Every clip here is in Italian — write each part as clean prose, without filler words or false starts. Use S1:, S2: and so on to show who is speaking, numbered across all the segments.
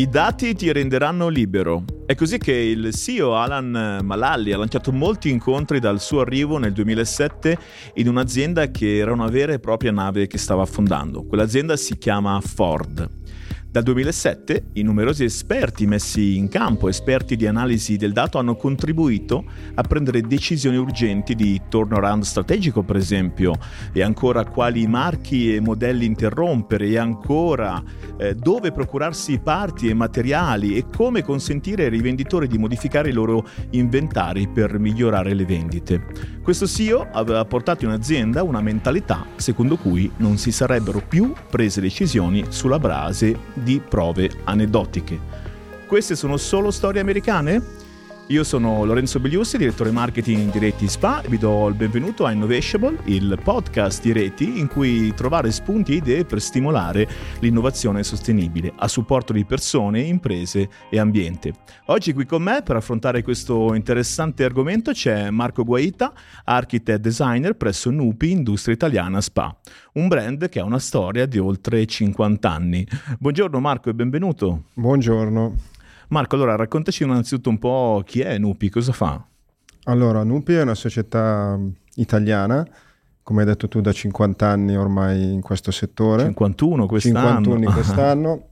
S1: I dati ti renderanno libero. È così che il CEO Alan Mulally ha lanciato molti incontri dal suo arrivo nel 2007 in un'azienda che era una vera e propria nave che stava affondando. Quell'azienda si chiama Ford. Dal 2007 i numerosi esperti messi in campo, esperti di analisi del dato, hanno contribuito a prendere decisioni urgenti di turnaround strategico, per esempio, e ancora quali marchi e modelli interrompere, e ancora dove procurarsi parti e materiali e come consentire ai rivenditori di modificare i loro inventari per migliorare le vendite. Questo CEO aveva portato in azienda una mentalità secondo cui non si sarebbero più prese decisioni sulla base di prove aneddotiche. Queste sono solo storie americane? Io sono Lorenzo Begliussi, direttore marketing di Reti SPA, e vi do il benvenuto a Innovatiable, il podcast di Reti in cui trovare spunti e idee per stimolare l'innovazione sostenibile a supporto di persone, imprese e ambiente. Oggi qui con me per affrontare questo interessante argomento c'è Marco Guaita, architect designer presso Nupi Industria Italiana SPA, un brand che ha una storia di oltre 50 anni. Buongiorno Marco e benvenuto.
S2: Buongiorno.
S1: Marco, allora raccontaci innanzitutto un po' chi è Nupi, cosa fa?
S2: Allora, Nupi è una società italiana, come hai detto tu, da 50 anni ormai in questo settore.
S1: 51 quest'anno.
S2: 51 quest'anno.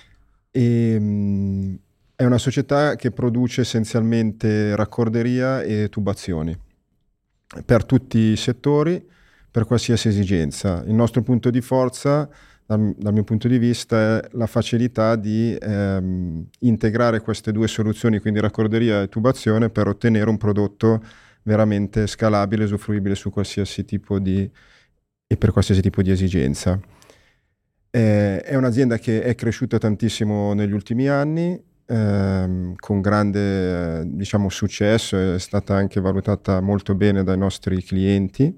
S2: E, è una società che produce essenzialmente raccorderia e tubazioni per tutti i settori, per qualsiasi esigenza. Il nostro punto di forza, dal mio punto di vista, è la facilità di integrare queste due soluzioni, quindi raccorderia e tubazione, per ottenere un prodotto veramente scalabile e usufruibile su qualsiasi tipo e per qualsiasi tipo di esigenza. È un'azienda che è cresciuta tantissimo negli ultimi anni, con grande successo, è stata anche valutata molto bene dai nostri clienti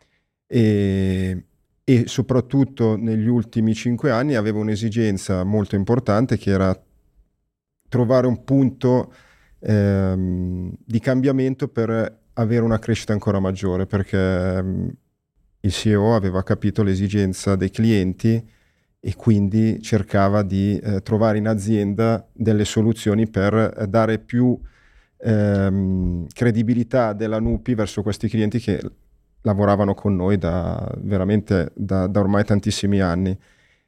S2: e soprattutto negli ultimi 5 anni aveva un'esigenza molto importante, che era trovare un punto di cambiamento per avere una crescita ancora maggiore, perché il CEO aveva capito l'esigenza dei clienti e quindi cercava di trovare in azienda delle soluzioni per dare più credibilità della Nupi verso questi clienti che lavoravano con noi da ormai tantissimi anni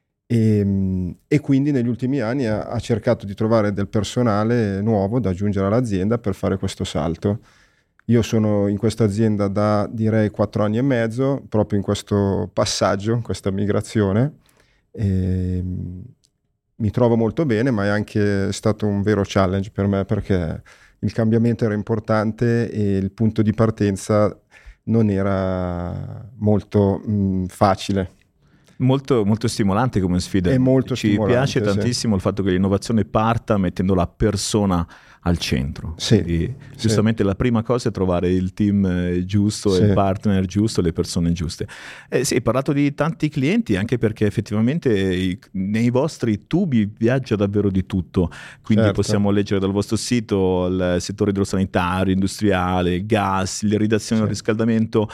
S2: e quindi negli ultimi anni ha cercato di trovare del personale nuovo da aggiungere all'azienda per fare questo salto. Io sono in questa azienda da direi 4 anni e mezzo, proprio in questo passaggio, in questa migrazione, e mi trovo molto bene, ma è anche stato un vero challenge per me, perché il cambiamento era importante e il punto di partenza non era molto facile.
S1: Molto, molto stimolante come sfida.
S2: È molto
S1: Ci
S2: stimolante,
S1: piace tantissimo il fatto che l'innovazione parta mettendo la persona al centro.
S2: Sì,
S1: quindi, giustamente la prima cosa è trovare il team giusto, il partner giusto, le persone giuste. Sì, hai parlato di tanti clienti, anche perché effettivamente nei vostri tubi viaggia davvero di tutto, quindi possiamo leggere dal vostro sito il settore idrosanitario, industriale, gas, l'irrigazione e il riscaldamento,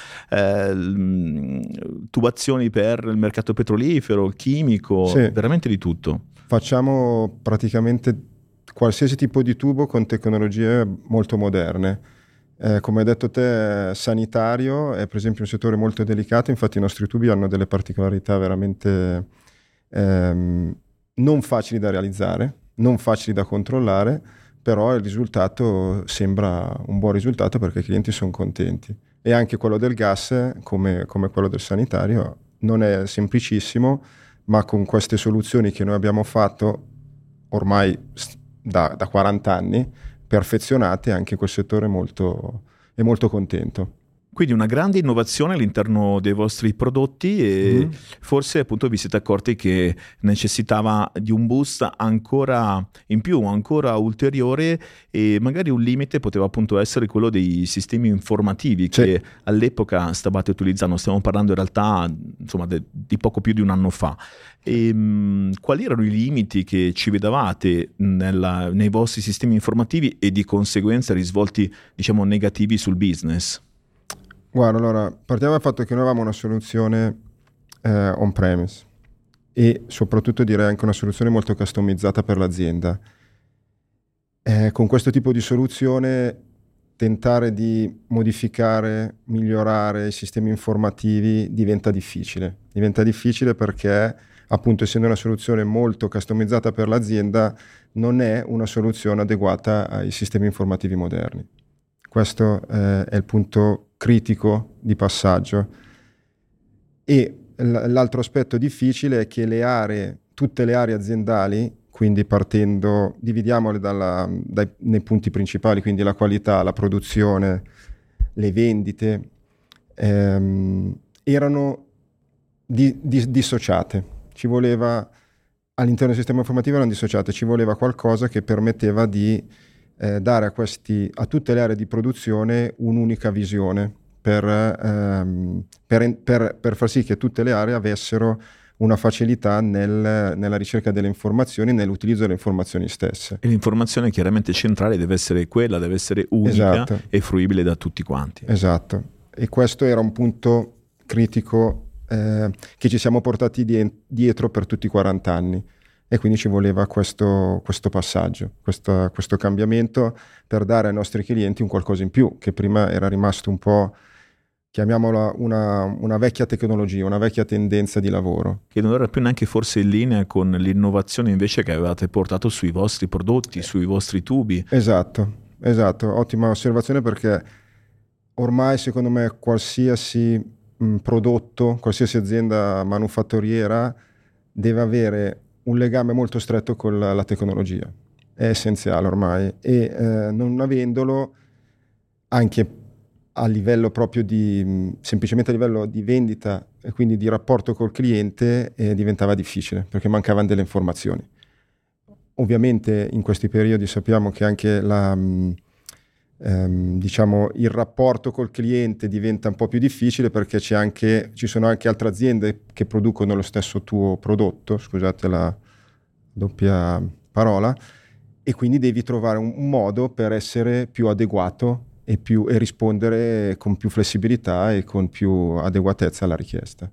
S1: tubazioni per il mercato petrolifero, chimico, veramente di tutto.
S2: Facciamo praticamente qualsiasi tipo di tubo con tecnologie molto moderne. Come hai detto te, sanitario è per esempio un settore molto delicato, infatti i nostri tubi hanno delle particolarità veramente non facili da realizzare, non facili da controllare, però il risultato sembra un buon risultato perché i clienti sono contenti. E anche quello del gas, come quello del sanitario, non è semplicissimo, ma con queste soluzioni che noi abbiamo fatto ormai da 40 anni, perfezionate, anche quel settore è molto contento.
S1: Quindi una grande innovazione all'interno dei vostri prodotti e forse appunto vi siete accorti che necessitava di un boost ancora in più, ancora ulteriore, e magari un limite poteva appunto essere quello dei sistemi informativi che all'epoca stavate utilizzando. Stiamo parlando in realtà insomma di poco più di un anno fa. Quali erano i limiti che ci vedevate nei vostri sistemi informativi e di conseguenza i risvolti diciamo negativi sul business?
S2: Guarda, allora partiamo dal fatto che noi avevamo una soluzione on-premise e soprattutto direi anche una soluzione molto customizzata per l'azienda. Con questo tipo di soluzione tentare di modificare, migliorare i sistemi informativi diventa difficile. Diventa difficile perché, appunto, essendo una soluzione molto customizzata per l'azienda, non è una soluzione adeguata ai sistemi informativi moderni. Questo è il punto critico di passaggio. E l'altro aspetto difficile è che tutte le aree aziendali, quindi partendo, dividiamole nei punti principali, quindi la qualità, la produzione, le vendite, erano dissociate. Ci voleva, all'interno del sistema informativo erano dissociate, ci voleva qualcosa che permetteva di dare a tutte le aree di produzione un'unica visione per far sì che tutte le aree avessero una facilità nella ricerca delle informazioni, nell'utilizzo delle informazioni stesse.
S1: E l'informazione chiaramente centrale deve essere quella, deve essere unica, esatto, e fruibile da tutti quanti.
S2: Esatto, e questo era un punto critico che ci siamo portati dietro per tutti i 40 anni. E quindi ci voleva questo passaggio, questo cambiamento per dare ai nostri clienti un qualcosa in più, che prima era rimasto un po', chiamiamola una vecchia tecnologia, una vecchia tendenza di lavoro.
S1: Che non era più neanche forse in linea con l'innovazione invece che avevate portato sui vostri prodotti, sui vostri tubi.
S2: Esatto, ottima osservazione, perché ormai secondo me qualsiasi prodotto, qualsiasi azienda manufatturiera deve avere un legame molto stretto con la tecnologia, è essenziale ormai, e non avendolo, anche a livello proprio semplicemente a livello di vendita e quindi di rapporto col cliente, diventava difficile perché mancavano delle informazioni. Ovviamente in questi periodi sappiamo che anche diciamo il rapporto col cliente diventa un po' più difficile, perché ci sono anche altre aziende che producono lo stesso tuo prodotto, scusate la doppia parola, e quindi devi trovare un modo per essere più adeguato e rispondere con più flessibilità e con più adeguatezza alla richiesta.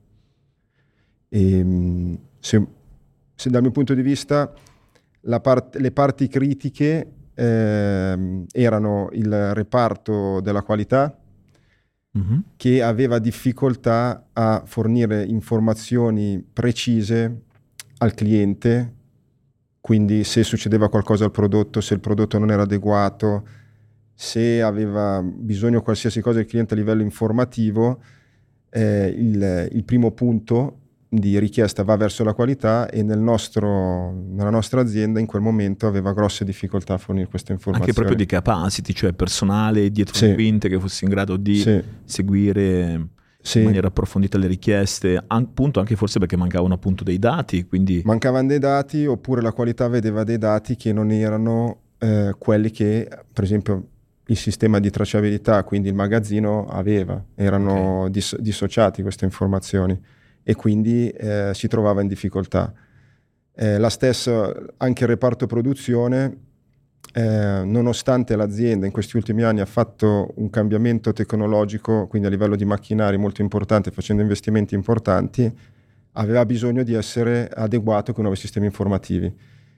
S2: E, se dal mio punto di vista le parti critiche erano il reparto della qualità, che aveva difficoltà a fornire informazioni precise al cliente, quindi se succedeva qualcosa al prodotto, se il prodotto non era adeguato, se aveva bisogno qualsiasi cosa il cliente a livello informativo, il primo punto di richiesta va verso la qualità, e nella nostra azienda in quel momento aveva grosse difficoltà a fornire queste informazioni.
S1: Anche proprio di capacity, cioè personale dietro le quinte che fosse in grado di seguire in maniera approfondita le richieste, appunto anche forse perché mancavano appunto dei dati, quindi
S2: mancavano dei dati, oppure la qualità vedeva dei dati che non erano quelli che, per esempio, il sistema di tracciabilità, quindi il magazzino, erano dissociati queste informazioni, e quindi si trovava in difficoltà. La stessa, anche il reparto produzione, nonostante l'azienda in questi ultimi anni ha fatto un cambiamento tecnologico, quindi a livello di macchinari molto importante, facendo investimenti importanti, aveva bisogno di essere adeguato con nuovi sistemi informativi.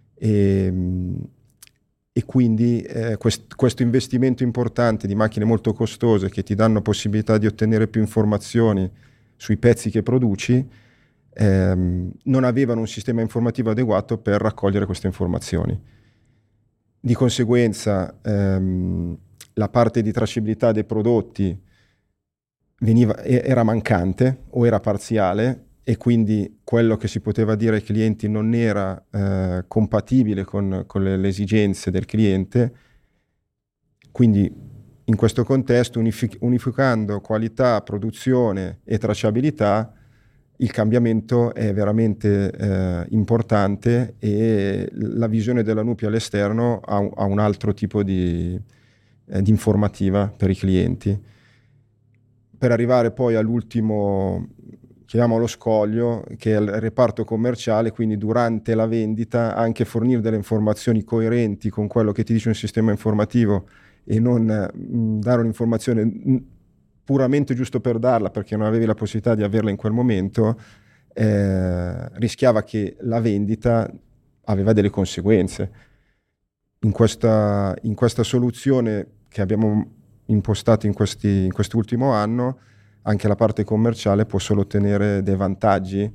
S2: E quindi questo investimento importante di macchine molto costose, che ti danno possibilità di ottenere più informazioni sui pezzi che produci, non avevano un sistema informativo adeguato per raccogliere queste informazioni. Di conseguenza la parte di tracciabilità dei prodotti era mancante o era parziale, e quindi quello che si poteva dire ai clienti non era compatibile con le esigenze del cliente. Quindi in questo contesto, unificando qualità, produzione e tracciabilità, il cambiamento è veramente importante, e la visione della Nupia all'esterno ha un altro tipo di informativa per i clienti, per arrivare poi all'ultimo, chiamiamolo scoglio, che è il reparto commerciale. Quindi durante la vendita anche fornire delle informazioni coerenti con quello che ti dice un sistema informativo, e non dare un'informazione puramente giusto per darla perché non avevi la possibilità di averla in quel momento, rischiava che la vendita aveva delle conseguenze. In questa soluzione che abbiamo impostato in quest'ultimo anno, anche la parte commerciale può solo ottenere dei vantaggi,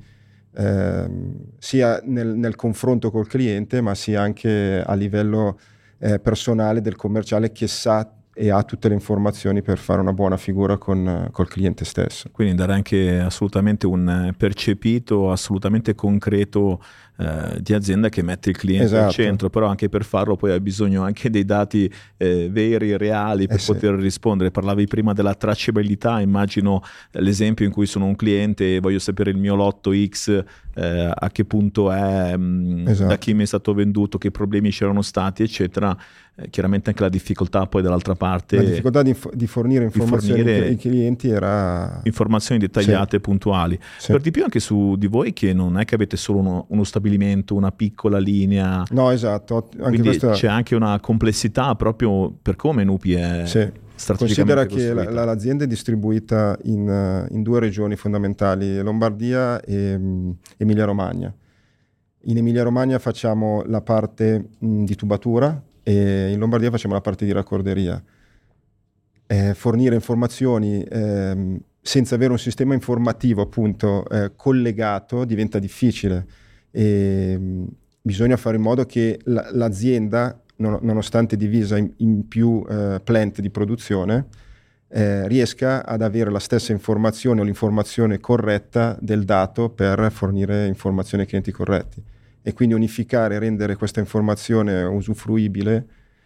S2: sia nel confronto col cliente, ma sia anche a livello personale del commerciale, che sa e ha tutte le informazioni per fare una buona figura col cliente stesso.
S1: Quindi dare anche assolutamente un percepito assolutamente concreto di azienda che mette il cliente al centro, però anche per farlo poi hai bisogno anche dei dati veri, reali, per poter rispondere. Parlavi prima della tracciabilità, immagino l'esempio in cui sono un cliente e voglio sapere il mio lotto X, a che punto è, da chi mi è stato venduto, che problemi c'erano stati, eccetera. Chiaramente anche la difficoltà poi dall'altra parte,
S2: la difficoltà di fornire informazioni ai clienti era
S1: informazioni dettagliate e puntuali. Per di più anche su di voi, che non è che avete solo uno stabilimento, una piccola linea,
S2: no, esatto, anche
S1: quindi c'è anche una complessità proprio per come Nupi è
S2: Considera che l'azienda è distribuita in 2 regioni fondamentali, Lombardia e Emilia Romagna. In Emilia Romagna facciamo la parte di tubatura e in Lombardia facciamo la parte di raccorderia. Fornire informazioni senza avere un sistema informativo appunto collegato diventa difficile, e bisogna fare in modo che l'azienda, nonostante divisa in più plant di produzione, riesca ad avere la stessa informazione o l'informazione corretta del dato per fornire informazioni ai clienti corretti. E quindi unificare e rendere questa informazione usufruibile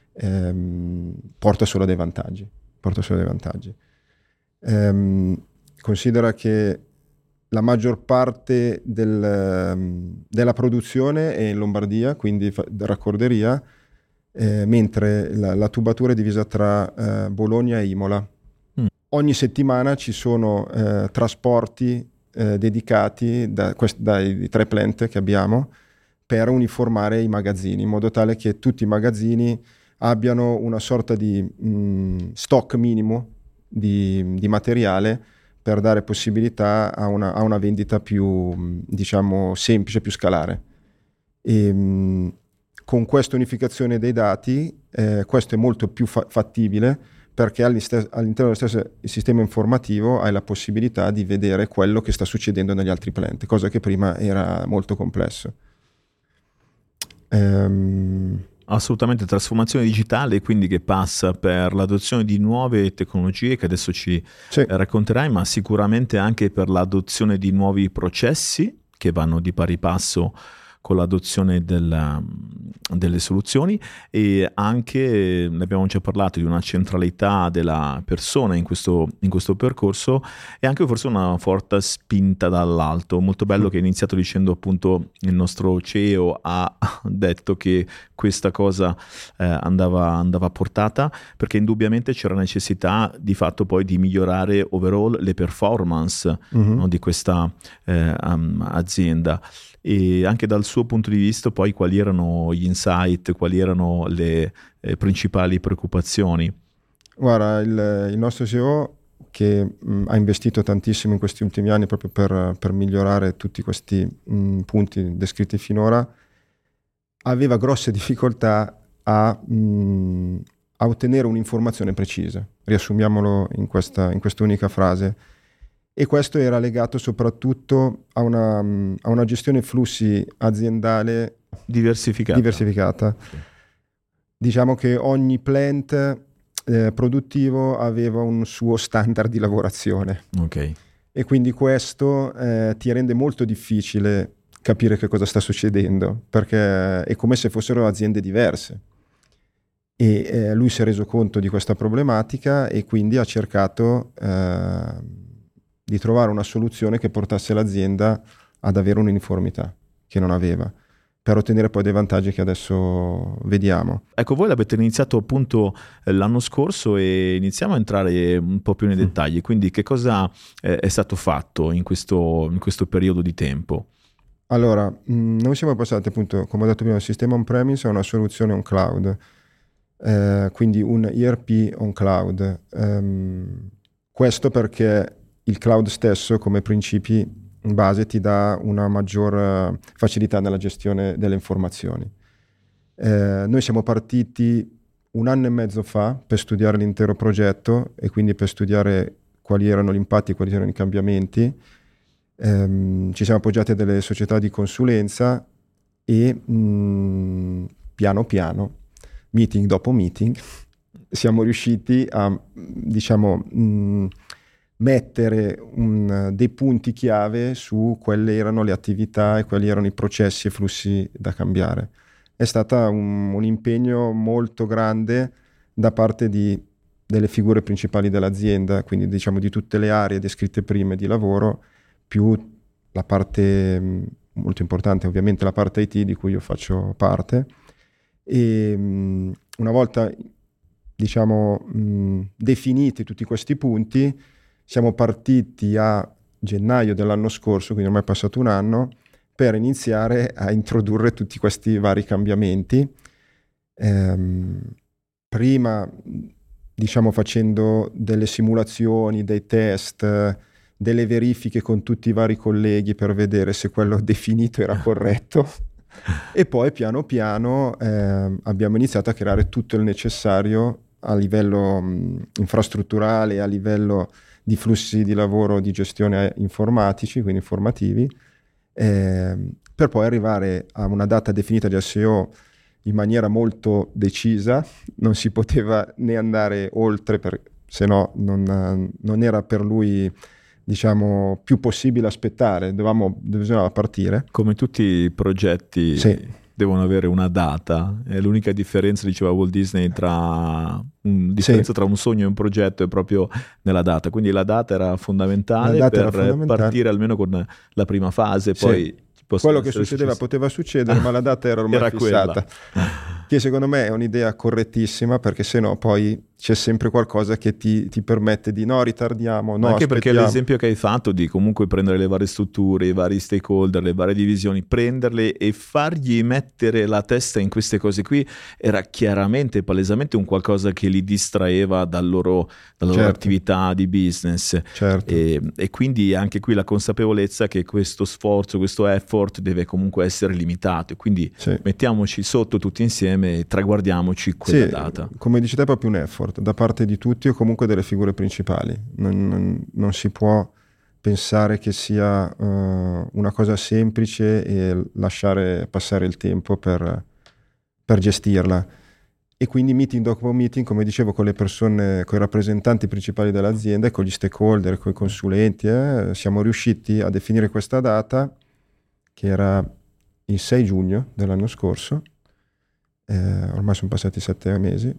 S2: porta solo dei vantaggi. Considera che la maggior parte della produzione è in Lombardia, quindi raccorderia, mentre la tubatura è divisa tra Bologna e Imola. Ogni settimana ci sono trasporti dedicati dai 3 plant che abbiamo per uniformare i magazzini, in modo tale che tutti i magazzini abbiano una sorta di stock minimo di materiale, per dare possibilità a una vendita più, diciamo, semplice, più scalare. Con questa unificazione dei dati questo è molto più fattibile, perché all'interno dello stesso sistema informativo hai la possibilità di vedere quello che sta succedendo negli altri plant, cosa che prima era molto complesso.
S1: Assolutamente, trasformazione digitale, quindi che passa per l'adozione di nuove tecnologie che adesso ci racconterai, ma sicuramente anche per l'adozione di nuovi processi che vanno di pari passo con l'adozione delle soluzioni, e anche, ne abbiamo già parlato, di una centralità della persona in questo percorso, e anche forse una forte spinta dall'alto. Molto bello che è iniziato dicendo, appunto, il nostro CEO ha detto che questa cosa andava portata, perché indubbiamente c'era necessità di fatto poi di migliorare overall le performance no, di questa azienda. E anche dal suo punto di vista poi quali erano gli insight, quali erano le principali preoccupazioni?
S2: Guarda, il nostro CEO, che ha investito tantissimo in questi ultimi anni proprio per migliorare tutti questi punti descritti finora, aveva grosse difficoltà a ottenere un'informazione precisa. Riassumiamolo in quest'unica frase. E questo era legato soprattutto a una gestione flussi aziendale diversificata. Sì. Diciamo che ogni plant produttivo aveva un suo standard di lavorazione.
S1: Okay.
S2: E quindi questo ti rende molto difficile capire che cosa sta succedendo, perché è come se fossero aziende diverse. E lui si è reso conto di questa problematica e quindi ha cercato di trovare una soluzione che portasse l'azienda ad avere un'uniformità che non aveva, per ottenere poi dei vantaggi che adesso vediamo.
S1: Ecco, voi l'avete iniziato appunto l'anno scorso e iniziamo a entrare un po' più nei dettagli. Quindi che cosa è stato fatto in questo periodo di tempo?
S2: Allora, noi siamo passati, appunto, come ho detto prima, dal sistema on-premise a una soluzione on cloud, quindi un ERP on cloud. Questo perché il cloud stesso, come principi, base ti dà una maggior facilità nella gestione delle informazioni. Noi siamo partiti 1 anno e mezzo fa per studiare l'intero progetto e quindi per studiare quali erano gli impatti e quali erano i cambiamenti. Ci siamo appoggiati a delle società di consulenza e piano piano, meeting dopo meeting, siamo riusciti a, diciamo, mettere dei punti chiave su quelle erano le attività e quali erano i processi e flussi da cambiare. È stato un impegno molto grande da parte delle figure principali dell'azienda, quindi diciamo di tutte le aree descritte prima di lavoro, più la parte molto importante, ovviamente la parte IT di cui io faccio parte. E una volta, diciamo, definiti tutti questi punti, siamo partiti a gennaio dell'anno scorso, quindi ormai è passato 1 anno, per iniziare a introdurre tutti questi vari cambiamenti. Prima, diciamo, facendo delle simulazioni, dei test, delle verifiche con tutti i vari colleghi per vedere se quello definito era corretto. E poi piano piano abbiamo iniziato a creare tutto il necessario a livello infrastrutturale, a livello di flussi di lavoro di gestione informatici, quindi informativi, per poi arrivare a una data definita di SEO in maniera molto decisa. Non si poteva né andare oltre, se no non era per lui, diciamo, più possibile aspettare, bisognava partire.
S1: Come tutti i progetti, sì, devono avere una data. L'unica differenza, diceva Walt Disney, tra un sogno e un progetto è proprio nella data. Quindi la data era fondamentale partire almeno con la prima fase. Poi
S2: quello che succedeva poteva succedere, ma la data era ormai fissata. Che secondo me è un'idea correttissima, perché se no poi c'è sempre qualcosa che ti permette di ritardiamo,
S1: anche perché l'esempio che hai fatto di comunque prendere le varie strutture, i vari stakeholder, le varie divisioni, prenderle e fargli mettere la testa in queste cose qui era chiaramente, palesemente un qualcosa che li distraeva dalla loro attività di business.
S2: Certo.
S1: E quindi anche qui la consapevolezza che questo sforzo, questo effort deve comunque essere limitato, e quindi mettiamoci sotto tutti insieme e traguardiamoci quella data.
S2: Come dici te, è proprio un effort da parte di tutti o comunque delle figure principali. Non si può pensare che sia una cosa semplice e lasciare passare il tempo per gestirla. E quindi meeting dopo meeting, come dicevo, con le persone, con i rappresentanti principali dell'azienda e con gli stakeholder, con i consulenti, siamo riusciti a definire questa data, che era il 6 giugno dell'anno scorso. Ormai sono passati 7 mesi.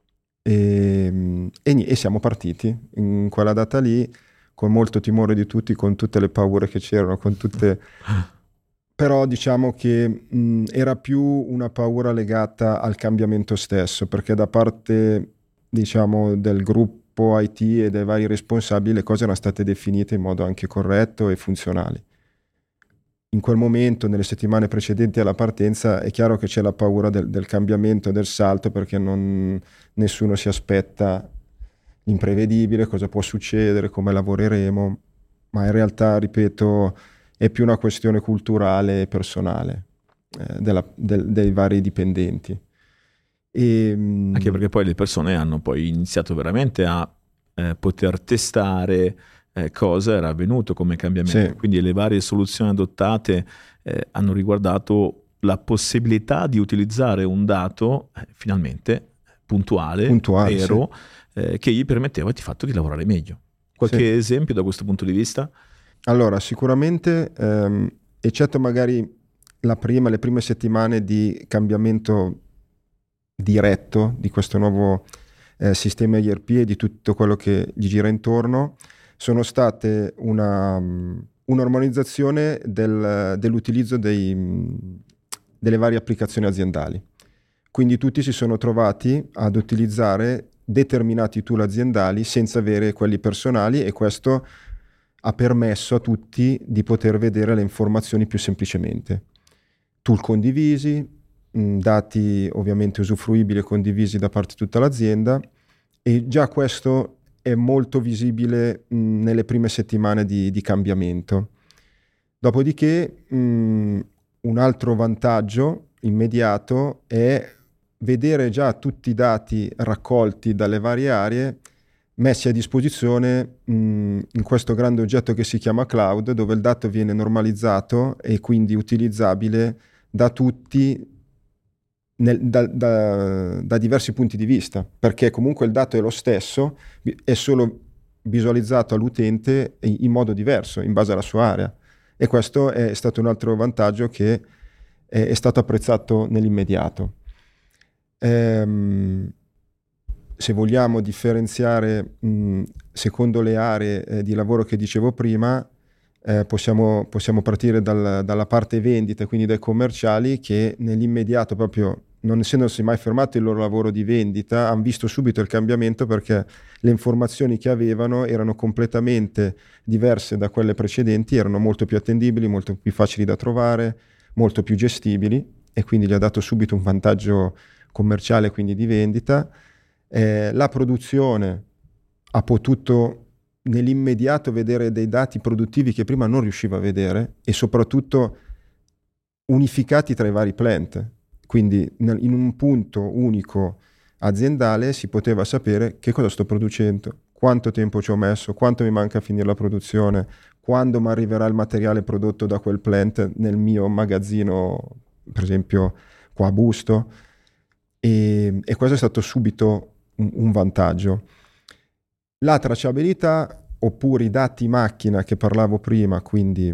S2: E siamo partiti in quella data lì, con molto timore di tutti, con tutte le paure che c'erano, con tutte... Però diciamo che era più una paura legata al cambiamento stesso, perché da parte, diciamo, del gruppo IT e dei vari responsabili le cose erano state definite in modo anche corretto e funzionali. In quel momento, nelle settimane precedenti alla partenza, è chiaro che c'è la paura del cambiamento, del salto, perché nessuno si aspetta l'imprevedibile, cosa può succedere, come lavoreremo, ma in realtà, ripeto, è più una questione culturale e personale dei vari dipendenti.
S1: Anche perché poi le persone hanno poi iniziato veramente a poter testare cosa era avvenuto come cambiamento. Quindi le varie soluzioni adottate hanno riguardato la possibilità di utilizzare un dato finalmente puntuale, vero, che gli permetteva di fatto di lavorare meglio. Qualche esempio da questo punto di vista?
S2: Allora, sicuramente, eccetto magari le prime settimane di cambiamento diretto di questo nuovo sistema ERP e di tutto quello che gli gira intorno, sono state un'ormonizzazione dell'utilizzo delle varie applicazioni aziendali. Quindi tutti si sono trovati ad utilizzare determinati tool aziendali senza avere quelli personali, e questo ha permesso a tutti di poter vedere le informazioni più semplicemente. Tool condivisi, dati ovviamente usufruibili e condivisi da parte di tutta l'azienda, e già questo è molto visibile nelle prime settimane di cambiamento. Dopodiché un altro vantaggio immediato è vedere già tutti i dati raccolti dalle varie aree messi a disposizione in questo grande oggetto che si chiama cloud, dove il dato viene normalizzato e quindi utilizzabile da tutti da diversi punti di vista, perché comunque il dato è lo stesso, è solo visualizzato all'utente in modo diverso, in base alla sua area. E questo è stato un altro vantaggio che è stato apprezzato nell'immediato. Se vogliamo differenziare secondo le aree di lavoro che dicevo prima, possiamo partire dalla parte vendita, quindi dai commerciali, che nell'immediato, proprio non essendosi mai fermato il loro lavoro di vendita, hanno visto subito il cambiamento, perché le informazioni che avevano erano completamente diverse da quelle precedenti, erano molto più attendibili, molto più facili da trovare, molto più gestibili, e quindi gli ha dato subito un vantaggio commerciale, quindi di vendita. La produzione ha potuto nell'immediato vedere dei dati produttivi che prima non riusciva a vedere, e soprattutto unificati tra i vari plant. Quindi in un punto unico aziendale si poteva sapere che cosa sto producendo, quanto tempo ci ho messo, quanto mi manca a finire la produzione, quando mi arriverà il materiale prodotto da quel plant nel mio magazzino, per esempio qua a Busto, e questo è stato subito un vantaggio. La tracciabilità, oppure i dati macchina che parlavo prima, quindi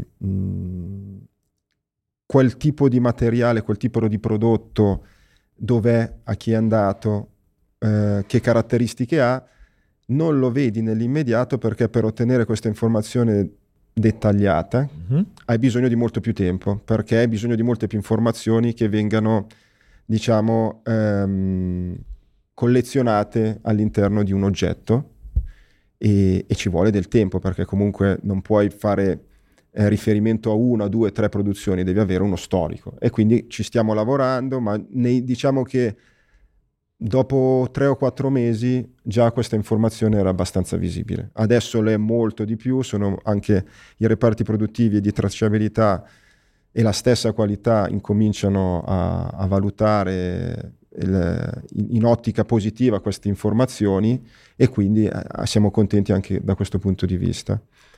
S2: quel tipo di materiale, quel tipo di prodotto, dov'è, a chi è andato, che caratteristiche ha, non lo vedi nell'immediato, perché per ottenere questa informazione dettagliata hai bisogno di molto più tempo, perché hai bisogno di molte più informazioni che vengano, diciamo, collezionate all'interno di un oggetto, e ci vuole del tempo, perché comunque non puoi fare riferimento a una, due, tre produzioni, devi avere uno storico, e quindi ci stiamo lavorando, ma diciamo che dopo 3 o 4 mesi già questa informazione era abbastanza visibile. Adesso l'è molto di più, sono anche i reparti produttivi e di tracciabilità e la stessa qualità incominciano a valutare in ottica positiva queste informazioni, e quindi siamo contenti anche da questo punto di vista.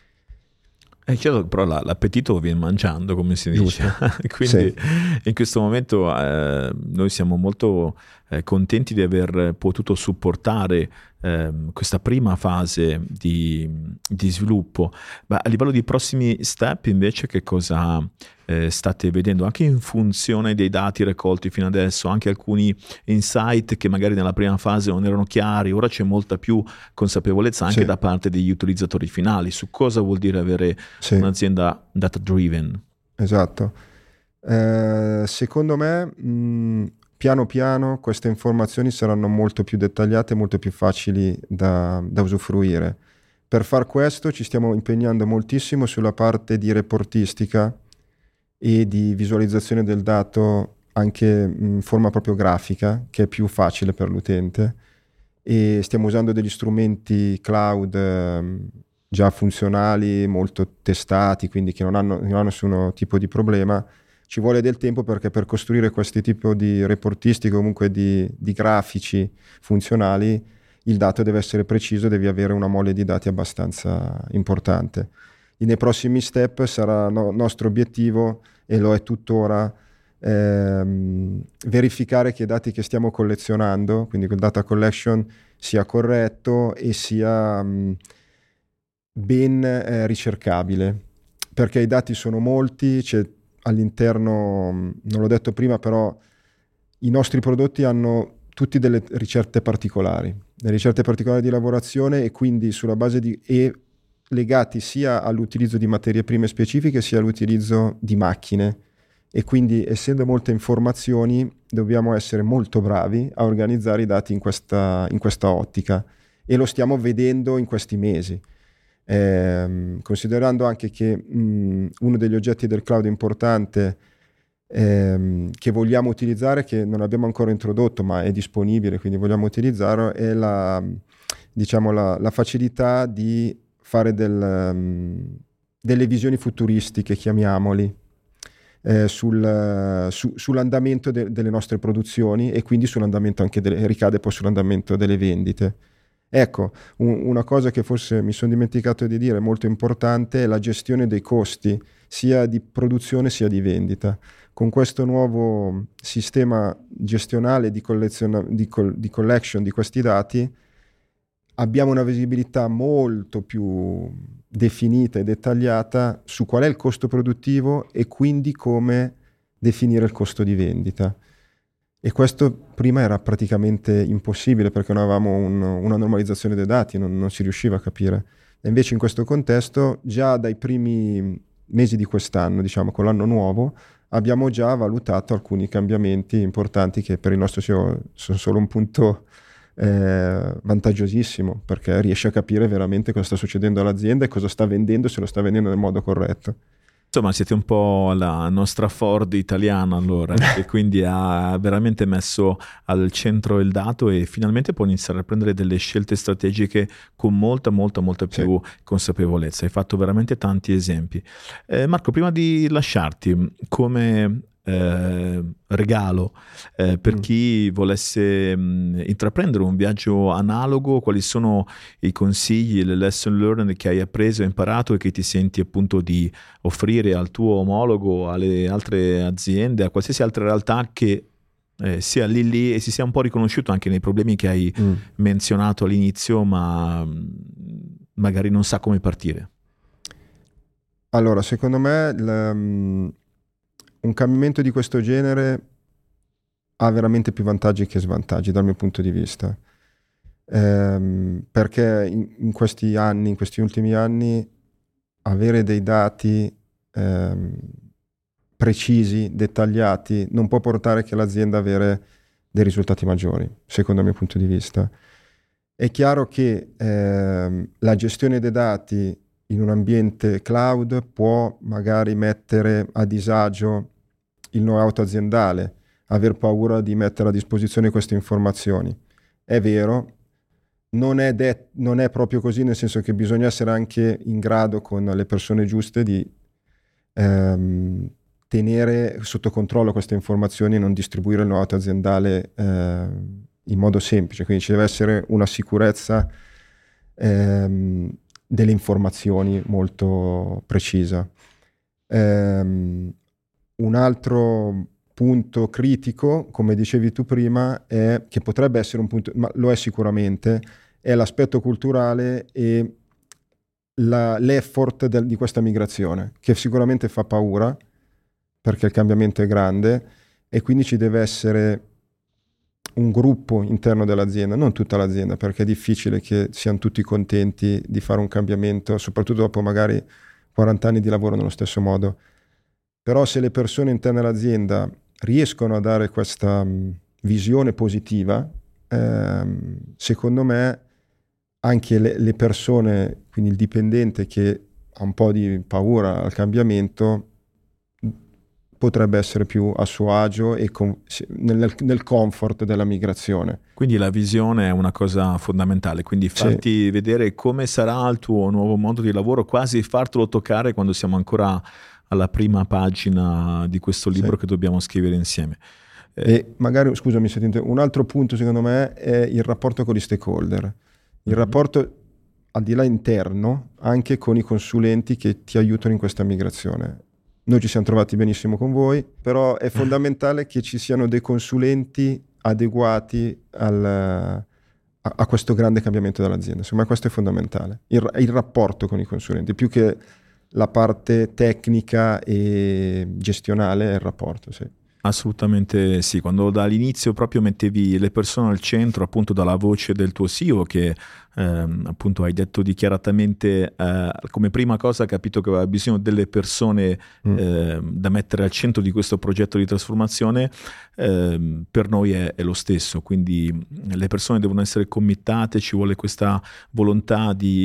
S1: È chiaro, però l'appetito viene mangiando, come si dice. Quindi sì. In questo momento noi siamo molto contenti di aver potuto supportare questa prima fase di sviluppo. Ma a livello di prossimi step invece, che cosa state vedendo? Anche in funzione dei dati raccolti fino adesso, anche alcuni insight che magari nella prima fase non erano chiari, ora c'è molta più consapevolezza anche da parte degli utilizzatori finali su cosa vuol dire avere un'azienda data driven.
S2: Esatto. Secondo me piano piano queste informazioni saranno molto più dettagliate, molto più facili da usufruire. Per far questo ci stiamo impegnando moltissimo sulla parte di reportistica e di visualizzazione del dato anche in forma proprio grafica, che è più facile per l'utente, e stiamo usando degli strumenti cloud già funzionali, molto testati, quindi che non hanno nessun tipo di problema. Ci vuole del tempo, perché per costruire questi tipi di reportistiche, comunque di grafici funzionali, il dato deve essere preciso, devi avere una mole di dati abbastanza importante. Nei prossimi step sarà nostro obiettivo, e lo è tuttora, verificare che i dati che stiamo collezionando, quindi quel data collection, sia corretto e sia ben ricercabile, perché i dati sono molti, c'è all'interno, non l'ho detto prima, però i nostri prodotti hanno tutti delle ricette particolari di lavorazione, e quindi sulla base e legati sia all'utilizzo di materie prime specifiche sia all'utilizzo di macchine, e quindi essendo molte informazioni dobbiamo essere molto bravi a organizzare i dati in questa ottica, e lo stiamo vedendo in questi mesi. Considerando anche che uno degli oggetti del cloud importante che vogliamo utilizzare, che non abbiamo ancora introdotto ma è disponibile, quindi vogliamo utilizzarlo, è la facilità di fare delle visioni futuristiche, chiamiamoli, sull'andamento delle nostre produzioni e quindi sull'andamento anche ricade poi sull'andamento delle vendite. Ecco, una cosa che forse mi sono dimenticato di dire, molto importante, è la gestione dei costi, sia di produzione sia di vendita. Con questo nuovo sistema gestionale di collection di questi dati abbiamo una visibilità molto più definita e dettagliata su qual è il costo produttivo e quindi come definire il costo di vendita. E questo prima era praticamente impossibile perché non avevamo una normalizzazione dei dati, non si riusciva a capire. E invece in questo contesto, già dai primi mesi di quest'anno, diciamo con l'anno nuovo, abbiamo già valutato alcuni cambiamenti importanti che per il nostro CEO sono solo un punto vantaggiosissimo, perché riesce a capire veramente cosa sta succedendo all'azienda e cosa sta vendendo, se lo sta vendendo nel modo corretto.
S1: Insomma, siete un po' la nostra Ford italiana allora, e quindi ha veramente messo al centro il dato e finalmente può iniziare a prendere delle scelte strategiche con molta più consapevolezza. Hai fatto veramente tanti esempi. Marco, prima di lasciarti, come regalo per chi volesse intraprendere un viaggio analogo, quali sono i consigli, le lesson learned che hai appreso e imparato e che ti senti appunto di offrire al tuo omologo, alle altre aziende, a qualsiasi altra realtà che sia lì e si sia un po' riconosciuto anche nei problemi che hai menzionato all'inizio, ma magari non sa come partire?
S2: Allora, secondo me un cambiamento di questo genere ha veramente più vantaggi che svantaggi dal mio punto di vista, perché in questi ultimi anni, avere dei dati precisi, dettagliati, non può portare che l'azienda a avere dei risultati maggiori, secondo il mio punto di vista. È chiaro che la gestione dei dati in un ambiente cloud può magari mettere a disagio il know-how aziendale, aver paura di mettere a disposizione queste informazioni. È vero, non è proprio così, nel senso che bisogna essere anche in grado con le persone giuste di tenere sotto controllo queste informazioni e non distribuire il know-how aziendale in modo semplice. Quindi ci deve essere una sicurezza delle informazioni molto precisa. Un altro punto critico, come dicevi tu prima, è che potrebbe essere un punto, ma lo è sicuramente, è l'aspetto culturale e l'effort di questa migrazione, che sicuramente fa paura perché il cambiamento è grande e quindi ci deve essere un gruppo interno dell'azienda, non tutta l'azienda, perché è difficile che siano tutti contenti di fare un cambiamento, soprattutto dopo magari 40 anni di lavoro nello stesso modo. Però se le persone interne all'azienda riescono a dare questa visione positiva, secondo me anche le persone, quindi il dipendente che ha un po' di paura al cambiamento, potrebbe essere più a suo agio e nel comfort della migrazione.
S1: Quindi la visione è una cosa fondamentale, quindi farti vedere come sarà il tuo nuovo modo di lavoro, quasi fartelo toccare quando siamo ancora alla prima pagina di questo libro che dobbiamo scrivere insieme.
S2: E magari, scusami se ti interrompo, un altro punto secondo me è il rapporto con gli stakeholder, il rapporto al di là interno anche con i consulenti che ti aiutano in questa migrazione. Noi ci siamo trovati benissimo con voi, però è fondamentale che ci siano dei consulenti adeguati a questo grande cambiamento dell'azienda. Insomma, questo è fondamentale, il rapporto con i consulenti, più che la parte tecnica e gestionale è il rapporto, sì.
S1: Assolutamente sì, quando dall'inizio proprio mettevi le persone al centro, appunto dalla voce del tuo CEO che appunto hai detto dichiaratamente come prima cosa ha capito che aveva bisogno delle persone da mettere al centro di questo progetto di trasformazione, per noi è lo stesso, quindi le persone devono essere committate, ci vuole questa volontà di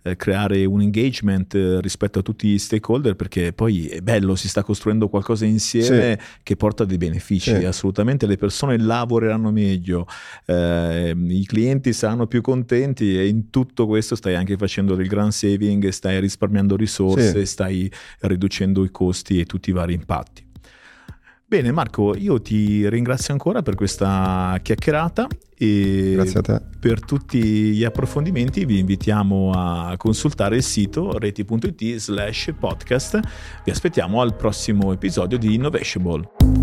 S1: creare un engagement rispetto a tutti gli stakeholder, perché poi è bello, si sta costruendo qualcosa insieme che porta dei benefici. Assolutamente, le persone lavoreranno meglio, i clienti saranno più contenti, e in tutto questo stai anche facendo del gran saving, stai risparmiando risorse, stai riducendo i costi e tutti i vari impatti. Bene Marco, io ti ringrazio ancora per questa chiacchierata e
S2: grazie a te.
S1: Per tutti gli approfondimenti vi invitiamo a consultare il sito reti.it/podcast. Vi aspettiamo al prossimo episodio di Innovatiable.